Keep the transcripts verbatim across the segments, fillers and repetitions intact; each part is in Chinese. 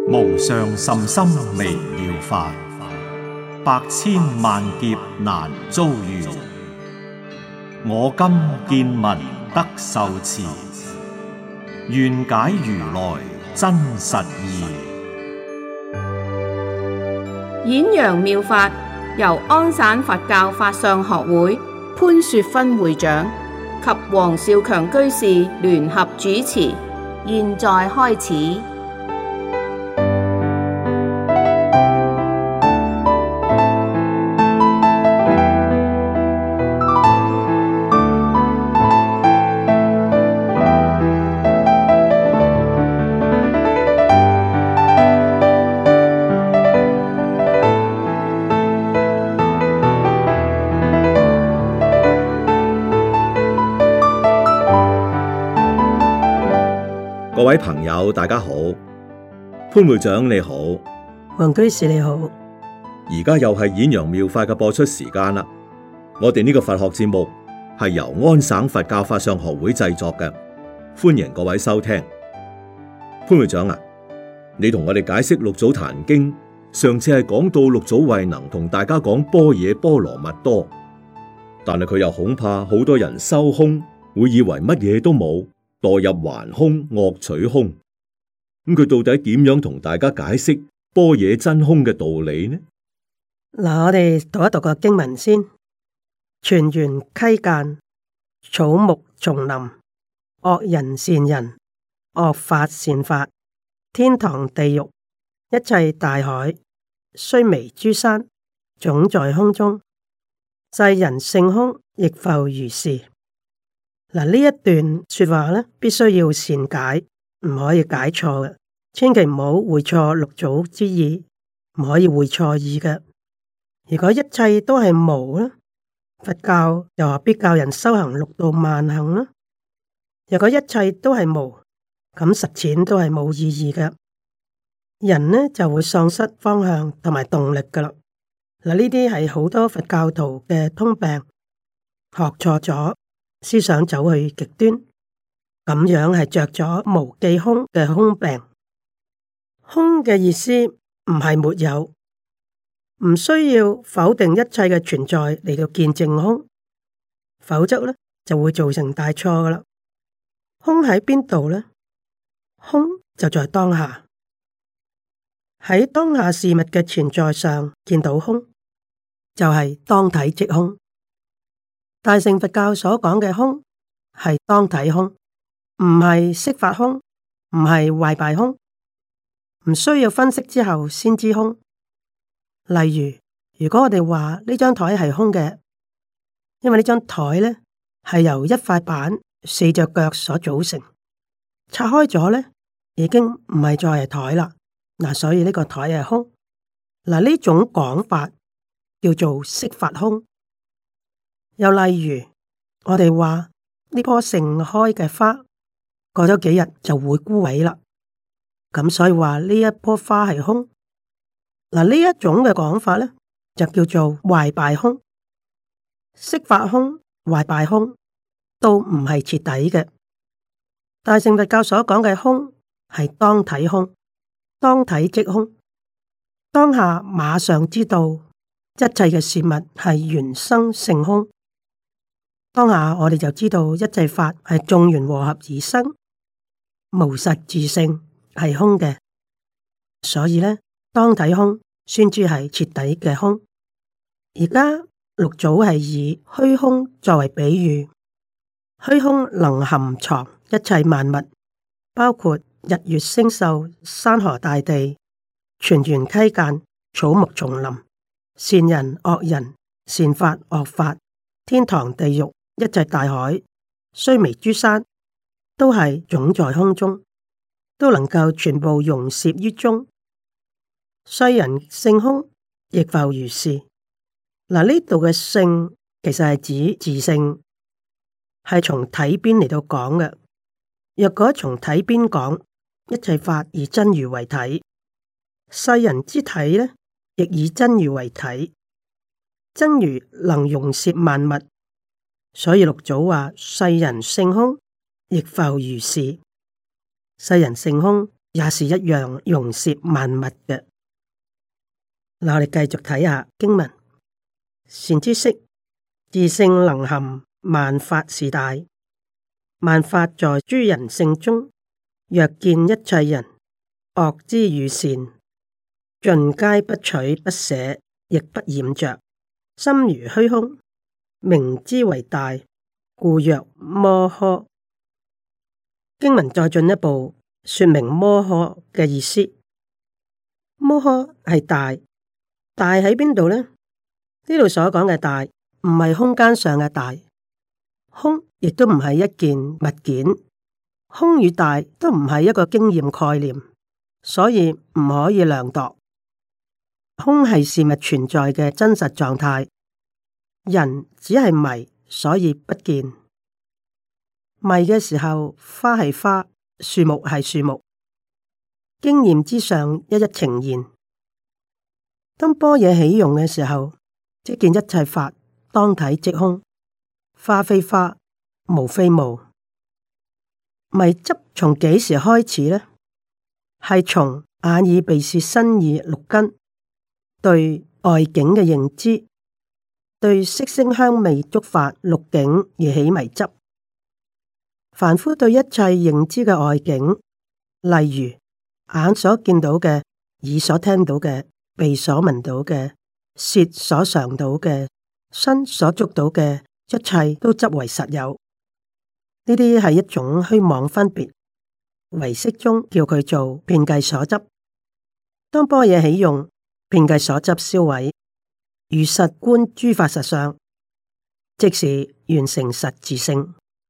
無上甚深微妙法，百千萬劫難遭遇。我今見聞得受持，願解如來真實義。 演揚妙法由安省佛教法相學會潘雪芬會長及黃少強居士聯合主持，現在開始。 各位朋友，大家好，潘會長你好， 黃居士你好。 而家又係演揚妙法嘅播出時間啦。我哋呢個佛學節目係由安省佛教法相學會製作嘅，歡迎各位收聽。潘會長啊，你同我哋解釋六祖壇經，上次係講到六祖慧能同大家講般若波羅蜜多，但係佢又恐怕好多人修空會以為乜嘢都冇，墮入頑空惡取空。咁佢到底點樣同大家解釋般若真空嘅道理呢？ 嗱，我哋讀一讀個經文先。泉源溪澗，草木叢林，惡人善人，惡法善法，天堂地獄，一切大海，須彌諸山，總在空中。世人性空，亦復如是。嗱，呢一段說話咧，必須要善解，唔可以解錯嘅。千祈唔好會錯六祖之意，唔可以會錯意嘅。如果一切都係無啦，佛教又話必教人修行六度萬行啦。如果一切都係無，咁實踐都係冇意義嘅。人呢就會喪失方向同埋動力噶啦。嗱，呢啲係好多佛教徒嘅通病，學錯咗。思想走去極端，咁樣係着咗無記空嘅空病。空嘅意思唔係沒有，唔需要否定一切嘅存在嚟到見證空，否則咧就會造成大錯噶啦。空喺邊度咧？空就在當下，喺當下事物嘅存在上見到空，就係當體即空。大乘佛教所講嘅空係當體空，唔係色法空，唔係壞敗空，唔需要分析之後先知空。例如，如果我哋話呢張台係空嘅，因為呢張台咧係由一塊板、四隻腳所組成，拆開咗咧已經唔係再係台啦。嗱，所以呢個台係空。嗱，呢種講法叫做色法空。又例如，我哋話呢棵盛開嘅花，過咗幾日就會枯萎啦。咁所以話呢一棵花係空。嗱，呢一種嘅講法咧，就叫做壞敗空。色法空、壞敗空都唔係徹底嘅。大乘佛教所講嘅空係當體空，當體即空，當下馬上知道一切嘅事物係緣生性空。當下我哋就知道一切法係眾緣和合而生，無實自性係空嘅，所以呢，當體空宣諸係徹底嘅空。而家六祖係以虛空作為比喻，虛空能含藏一切萬物，包括日月星宿、山河大地、泉源溪澗、草木叢林、善人惡人、善法惡法、天堂地獄。一切大海、須彌諸山，都係總在空中，都能夠全部融攝於中。世人性空，亦復如是。嗱，呢度嘅性其實係指自性，係從體邊嚟到講嘅。若果從體邊講，一切法以真如為體，世人之體呢，亦以真如為體。真如能融攝萬物。所以六祖話：世人性空，亦復如是。世人性空也是一樣容攝萬物嘅。嗱，我哋繼續睇下經文。善知識，自性能含萬法是大，萬法在諸人性中，若見一切人惡之與善，盡皆不取不捨，亦不染着，心如虛空，名之為大，故曰摩訶。經文再進一步說明摩訶嘅意思。摩訶係大，大喺邊度呢？呢度所講嘅大唔係空間上嘅大，空亦都唔係一件物件，空與大都唔係一個經驗概念，所以唔可以量度。空係事物存在嘅真實狀態，人只係迷，所以不見。迷嘅時候，花係花，樹木係樹木，經驗之上一一呈現。當般若起用嘅時候，即見一切法當體即空，花非花，無非無。迷執從幾時開始呢？係從眼耳鼻舌身意六根對外境嘅認知，對色聲香味觸法六境而起迷執。凡夫對一切認知嘅外境，例如眼所見到嘅、耳所聽到嘅、鼻所聞到嘅、舌所嘗到嘅、身所觸到嘅，一切都執為實有。呢啲係一種虛妄分別，唯識中叫佢做遍計所執。當般若起用，遍計所執銷毀，如實觀諸法實相，即是完成實自性。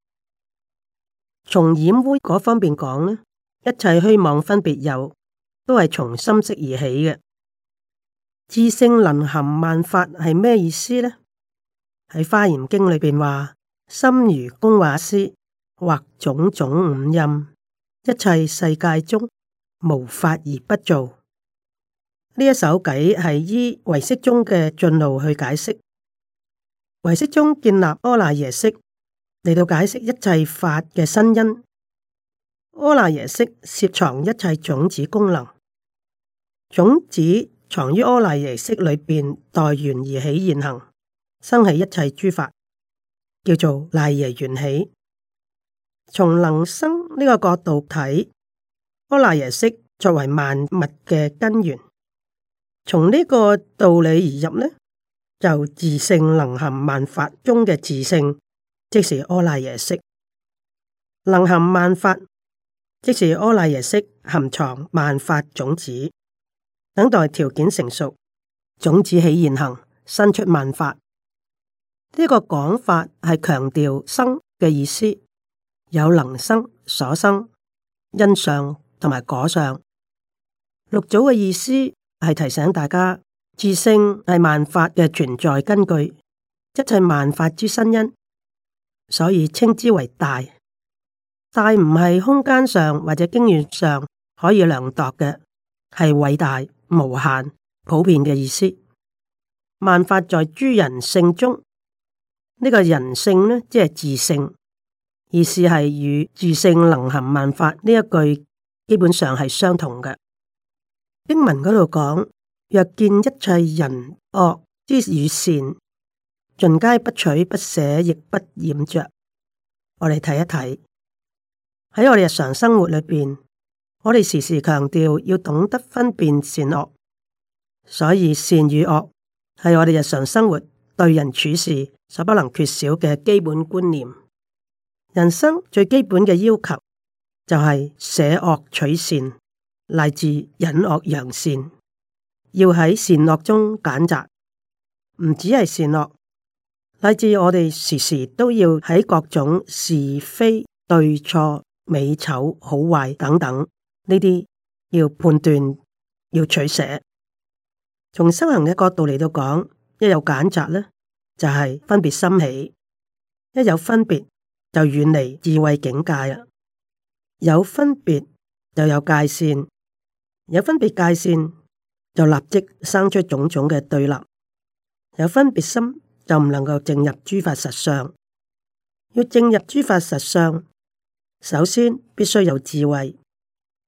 從染污嗰方面講呢，一切虛妄分別有，都係從心識而起嘅。自性能含萬法係咩意思呢？喺《華嚴經》裏邊話：心如工畫師，畫種種五陰，一切世界中無法而不造。呢一首偈係依唯識中嘅進路去解釋。唯識中建立阿賴耶識嚟到解釋一切法嘅身因。阿賴耶識攝藏一切種子功能，種子藏於阿賴耶識裏邊，待緣而起現行，生起一切諸法，叫做賴耶緣起。從能生呢個角度睇，阿賴耶識作為萬物嘅根源。從呢個道理而入呢，就自性能含萬法中嘅自性，即是阿賴耶識。能含萬法，即是阿賴耶識含藏萬法種子。等待條件成熟，種子起現行，生出萬法。呢、這個講法係強調生嘅意思，有能生、所生、因相同埋果相。六祖嘅意思係提醒大家，自性係萬法嘅存在根據，一切萬法之身因，所以稱之為大。大唔係空間上或者經驗上可以量度嘅，係偉大、無限、普遍嘅意思。萬法在諸人性中，呢、這個人性呢，即係自性，意思係與自性能含萬法呢一句基本上係相同嘅。經文嗰度講，若見一切人惡之與善，盡皆不取不捨，亦不染着。我哋睇一睇喺我哋日常生活裏邊。我哋時時強調要懂得分辨善惡，所以善與惡係我哋日常生活對人處事所不能缺少嘅基本觀念。人生最基本嘅要求就係捨惡取善，乃至忍惡揚善，要喺善惡中揀擇，唔止係善惡，乃至我哋時時都要喺各種是非對錯美醜好壞等等。呢啲要判斷，要取捨。從修行嘅角度嚟到講，一有揀擇呢，就係、是、分別心起；一有分別，就遠離智慧境界啦。有分別就有界線，有分別界線就立即生出種種嘅對立。有分別心就唔能夠證入諸法實相。要證入諸法實相，首先必須有智慧。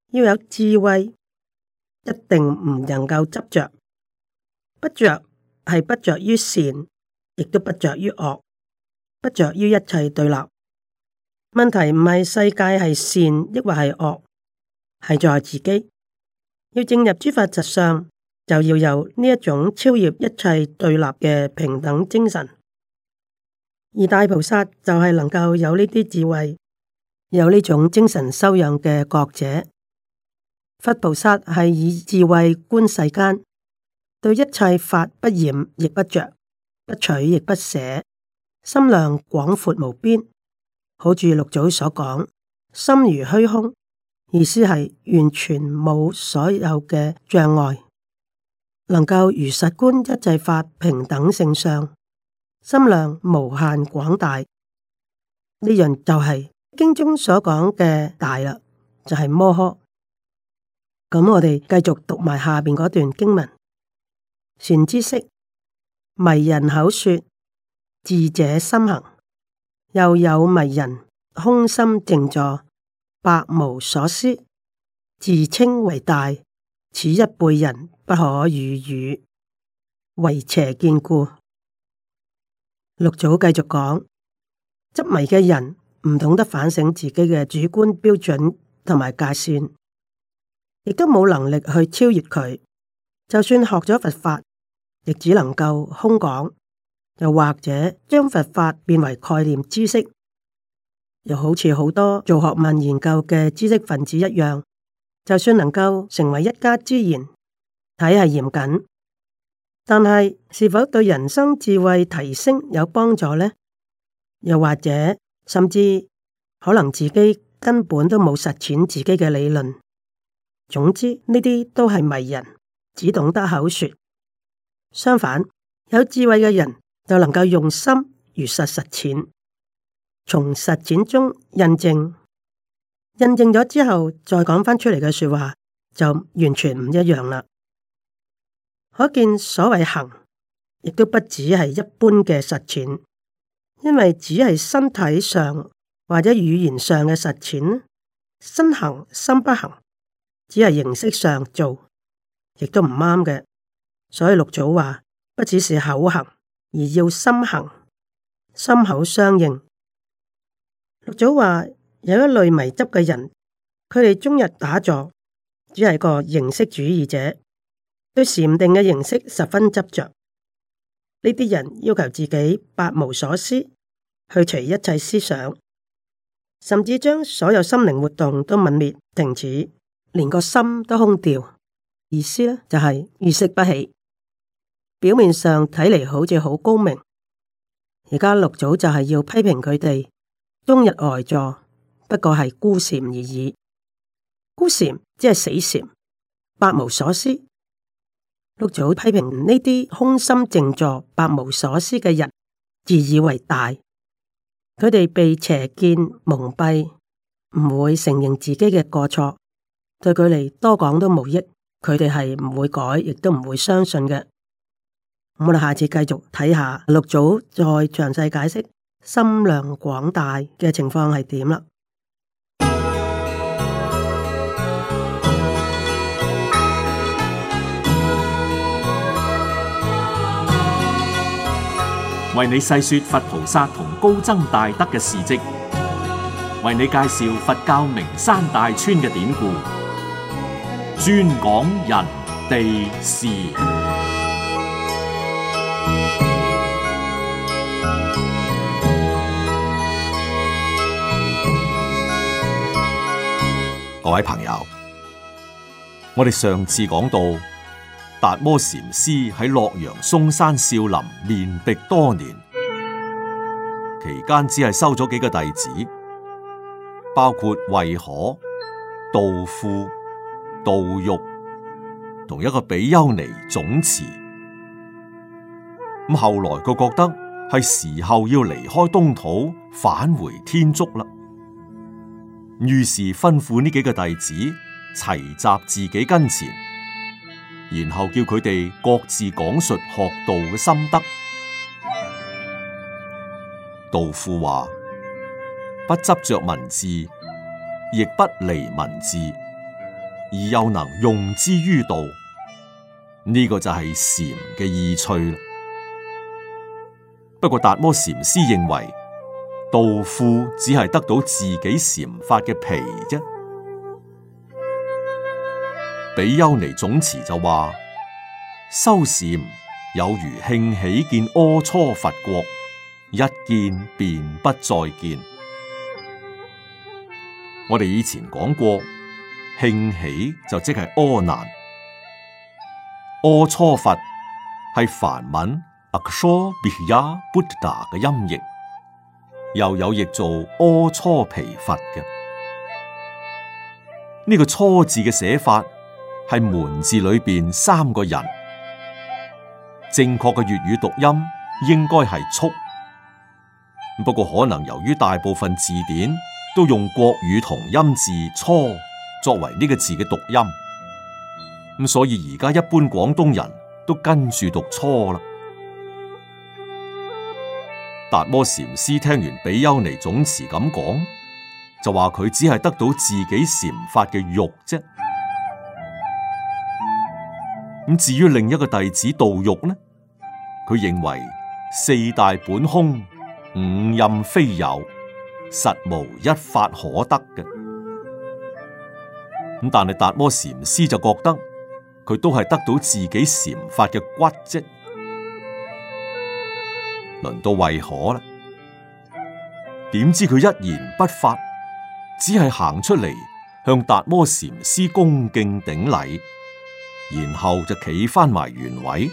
要有智慧，一定唔能夠執着。不着係不着於善，亦都不着於惡，不着於一切對立。問題唔係世界係善抑或係惡，係在自己。要正入諸法實相，就要有呢一種超越一切對立嘅平等精神。而大菩薩就係能夠有呢啲智慧，有呢種精神修養嘅覺者。佛菩薩係以智慧觀世間，對一切法不染亦不着，不取亦不捨，心量廣闊無邊。好似六祖所講，心如虛空，意思係完全冇所有嘅障礙，能夠如實觀一切法平等性相，心量無限廣大。呢樣就係經中所講嘅大啦，就係、是、摩訶。咁我哋繼續讀埋下邊嗰段經文：善知識，迷人口說，智者心行。又有迷人空心靜坐，百無所思，自稱為大。此一輩人不可與語，為邪見故。六祖繼續講，執迷嘅人唔懂得反省自己嘅主觀標準同埋界線，亦都冇能力去超越佢。就算學咗佛法，亦只能夠空講。又或者將佛法變為概念知識，又好似好多做學問研究嘅知識分子一樣，就算能夠成為一家之言，睇係嚴謹，但係是否對人生智慧提升有幫助呢？又或者甚至可能自己根本都冇實踐自己嘅理論。總之呢啲都係迷人，只懂得口說。相反，有智慧嘅人就能夠用心如實實踐，從實踐中印證，印證咗之後再講返出嚟嘅說話就完全唔一樣啦。可見所謂行，亦都不只係一般嘅實踐，因為只係身體上或者語言上嘅實踐，身行心不行，只係形式上做，亦都唔啱嘅。所以六祖話，不只是口行，而要心行，心口相應。六祖話有一類迷執嘅人，佢哋終日打坐，只係個形式主義者，對禪定嘅形式十分執着。呢啲人要求自己百無所思，去除一切思想，甚至將所有心靈活動都泯滅停止，連個心都空掉。意思呢，就係意識不起。表面上睇嚟好似好高明，而家六祖就係要批評佢哋終日呆坐，不過係孤禪而已。孤禪即係死禪，百無所思。六祖批評呢啲空心靜坐、百無所思嘅人，自以為大，佢哋被邪見蒙蔽，唔會承認自己嘅過錯，對佢哋多講都無益，佢哋係唔會改，亦都唔會相信嘅。我哋下次繼續睇下六祖再詳細解釋心量廣大嘅情況係點啦。 為你細說佛菩薩同高僧大德嘅事跡，為你介紹佛教名山大川嘅典故，專講人地事。 各位朋友，我哋上次講到達摩禪師喺洛陽嵩山少林面壁多年，期間只係收咗幾個弟子，包括慧可、道富、道育同一個比丘尼總持。咁後來佢覺得係時候要離開東土，返回天竺啦。於是吩咐呢幾個弟子齊集自己跟前，然後叫佢哋各自講述學道嘅心得。道富話：不執着文字，亦不離文字， 而又能用之於道，呢、這個就係禪嘅意趣啦。不過達摩禪師認為，道富只係得到自己禪法嘅皮啫。比丘尼總持就話：修禪有如興起見阿閦佛國，一見便不再見。我哋以前講過，興起就即係阿難，阿閦佛係梵文 Akshobhya Buddha 嘅音譯，又有譯做阿閦皮佛嘅。呢、這個閦字嘅寫法係門字裏邊三個人，正確嘅粵語讀音應該係速。不過可能由於大部分字典都用國語同音字初作為呢個字嘅讀音，咁所以而家一般廣東人都跟住讀初啦。達摩禪師聽完比丘尼總持咁講，就話佢只係得到自己禪法嘅肉啫。咁至於另一個弟子道育呢，佢認為四大本空，五蘊非有，實無一法可得嘅。咁但係達摩禪師就覺得佢都係得到自己禪法嘅骨啫。輪到慧可啦，點知佢一言不發，只係行出嚟向達摩禪師恭敬頂禮，然後就企翻埋原位。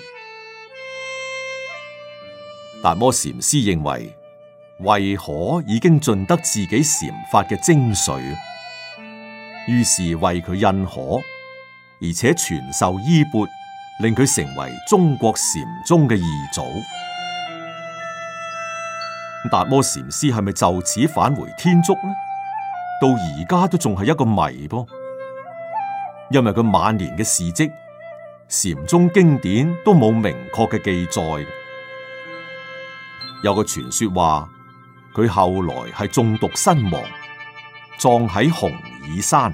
達摩禪師認為慧可已經盡得自己禪法嘅精髓，於是為佢印可，而且傳授衣缽，令佢成為中國禪宗嘅二祖。達摩禪師係咪就此返回天竺呢？到而家都仲係一個謎噃，因為佢晚年嘅事跡，禪宗經典都冇明確嘅記載。有個傳說話佢後來係中毒身亡，葬喺熊耳山。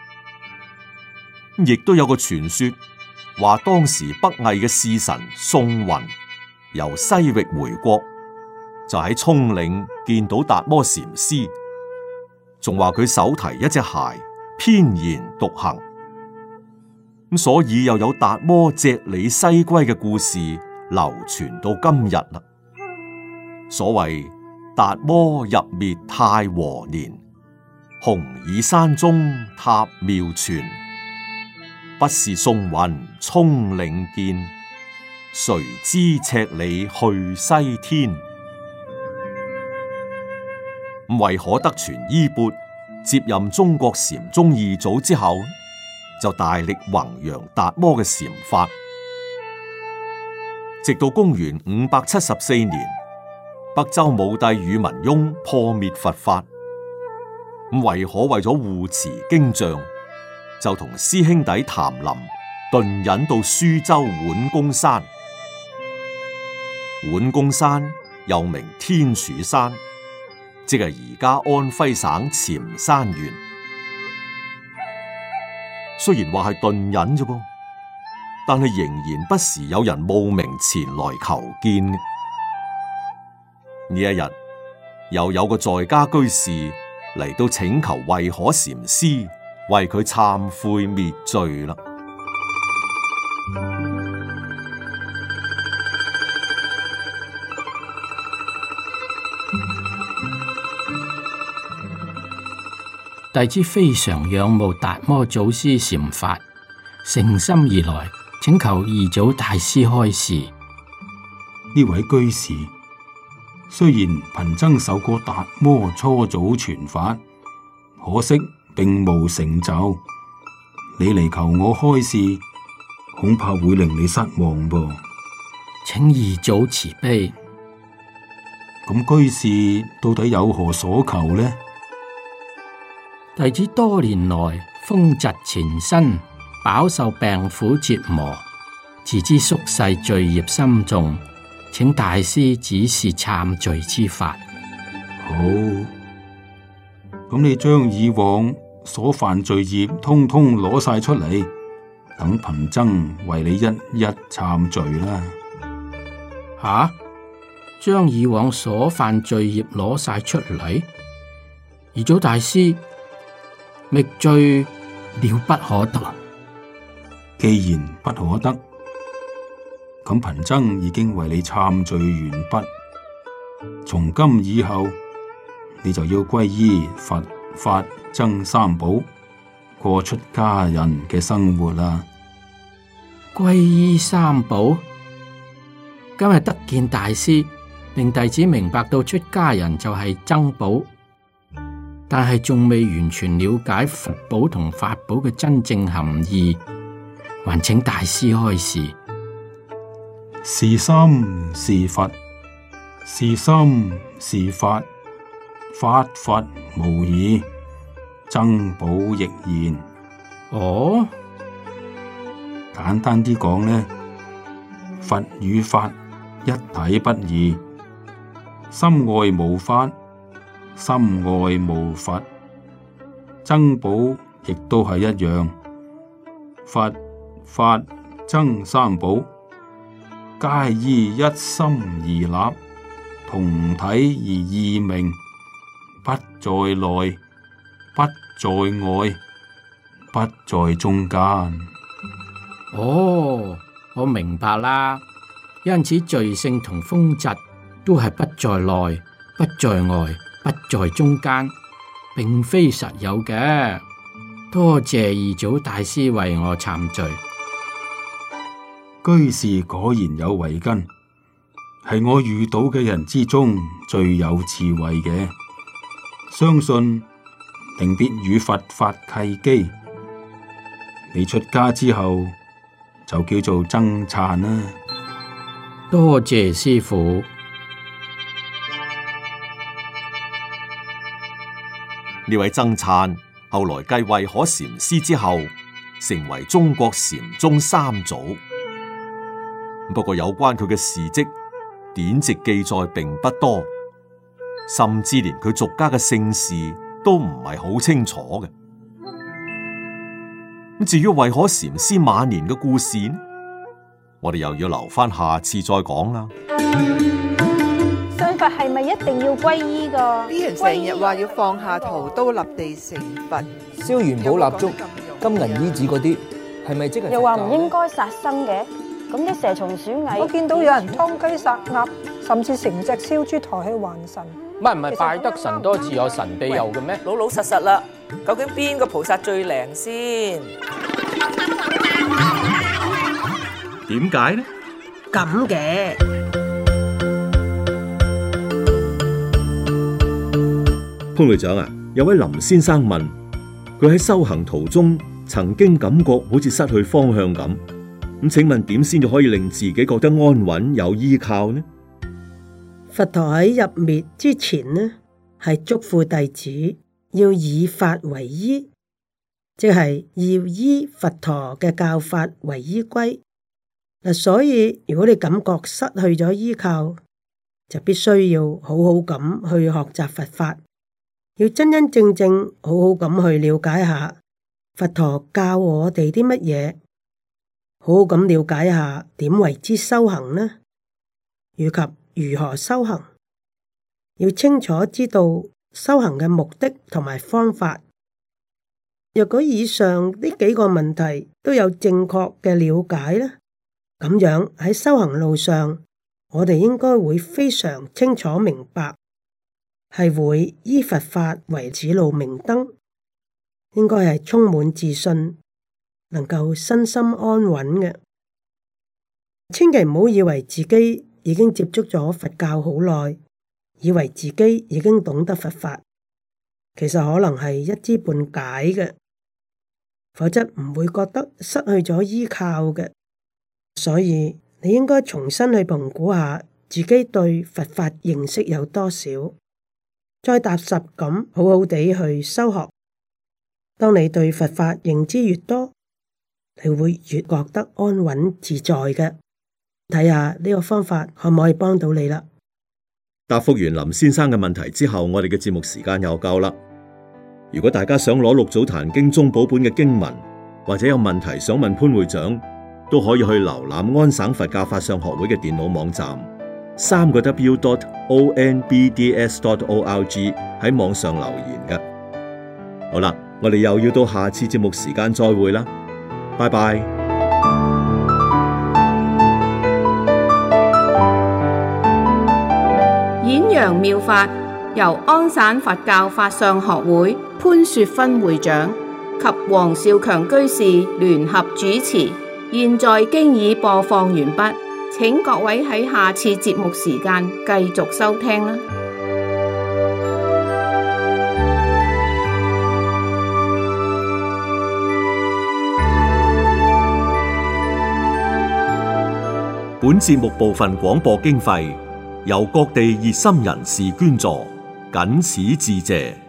亦都有個傳說話當時北魏嘅使臣宋雲由西域回國，就喺蔥嶺見到達摩禪師，仲話佢手提一隻鞋，偏言獨行。咁所以又有達摩隻履西歸嘅故事流傳到今日啦。所謂達摩入滅太和年，熊耳山中塔廟存，不是宋雲蔥嶺見，誰知赤履去西天。慧可得傳衣缽，接任中國禪宗二祖之後，就大力弘揚達摩嘅禪法，直到公元五百七十四年，北周武帝宇文邕破滅佛法，咁慧可為咗護持經像，就同師兄弟譚林遁隱到舒州皖公山。皖公山又名天柱山，即係而家安徽省潛山縣。雖然話係遁隱啫噃，但係仍然不時有人慕名前來求見。呢一日，又有個在家居士嚟到請求慧可禪師為佢懺悔滅罪啦。 弟子非常仰慕達摩祖師禪法，誠心而來，請求二祖大師開示。 呢位居士雖然貧僧受過達摩初祖傳法，可惜並無成就。你嚟求我開示，恐怕會令你失望噃。 請二祖慈悲。 咁居士到底有何所求呢？ 弟子多年來風疾纏身，飽受病苦折磨，自知宿世罪孽深重，請大師指示懺罪之法。 好，咁你將以往所犯罪業通通攞晒出嚟，等貧僧為你一一懺罪啦。 吓、啊，將以往所犯罪業攞晒出嚟？二祖大師，覓罪了不可得。 既然不可得，咁貧僧已經為你懺罪完畢。從今以後，你就要皈依佛法僧三寶，過出家人嘅生活啦。 皈依三寶，今日得見大師，令弟子明白到出家人就係僧寶，但係仲未完全了解佛寶同法寶嘅真正含義，還請大師開示。 是心是佛，是心是法，法佛無異，僧寶亦然。 哦， 簡單啲講呢，佛與法一體不二，心外無法，心外無佛，僧寶亦都係一樣，佛法僧三寶皆依一心而立，同體而異名，不在內，不在外，不在中間。 哦，我明白啦。因此罪性同風疾都係不在內、不在外、不在中間，並非實有嘅。多謝二祖大師為我懺罪。 居士果然有慧根，係我遇到嘅人之中最有智慧嘅，相信定必與佛法契機。你出家之後就叫做僧璨啦。 多謝師父。 呢位僧璨後來繼慧可禪師之後，成為中國禪宗三祖。不過有關佢嘅事跡，典籍記載並不多，甚至連佢俗家嘅姓氏都唔係好清楚嘅。咁至於慧可禪師晚年嘅故事呢，我哋又要留翻下，下次再講啦。 信佛係咪一定要皈依㗎？ 啲人成日話要放下屠刀立地成佛， 燒元寶蠟燭、金銀衣紙嗰啲，係咪即係？ 又話唔應該殺生嘅，咁啲蛇蟲鼠蟻， 我見到有人劏雞殺鴨，甚至成隻燒豬抬去還神。 唔係唔係，拜得神多自有神庇佑嘅咩？ 老老實實啦，究竟邊個菩薩最靈先？ 點解呢？ 咁嘅潘會長啊，有位林先生問，佢喺修行途中曾經感覺好似失去方向咁，咁請問點先至可以令自己覺得安穩有依靠呢？ 佛陀喺入滅之前呢，係囑咐弟子要以法為依，即係要依佛陀嘅教法為依歸。嗱，所以如果你感覺失去咗依靠，就必須要好好咁去學習佛法，要真真正正好好咁去了解下佛陀教我哋啲乜嘢，好好咁了解下點為之修行呢，以及如何修行，要清楚知道修行嘅目的同埋方法。若果以上呢幾個問題都有正確嘅了解呢，咁樣喺修行路上，我哋應該會非常清楚明白，係會依佛法為指路明燈，應該係充滿自信，能夠身心安穩嘅。千祈唔好以為自己已經接觸咗佛教好耐，以為自己已經懂得佛法，其實可能係一知半解嘅，否則唔會覺得失去咗依靠嘅。所以你應該重新去評估下自己對佛法認識有多少，再踏實咁好好地去修學。當你對佛法認知越多，你會越覺得安穩自在嘅。睇下呢個方法可唔可以幫到你啦？ 答覆完林先生嘅問題之後，我哋嘅節目時間又夠啦。 如果大家想攞六祖壇經宗寶本嘅經文，或者有問題想問潘會長，都可以去瀏覽安省佛教法相學會嘅電腦網站，三個 W dot O N B D S dot O R G 喺網上留言嘅。好啦，我哋又要到下次節目時間再會啦，拜拜。 演揚妙法由安省佛教法相學會潘雪芬會長及黃少強居士聯合主持，現在經已播放完畢，請各位喺下次節目時間繼續收聽啦。 本節目部分廣播經費由各地熱心人士捐助，謹此致謝。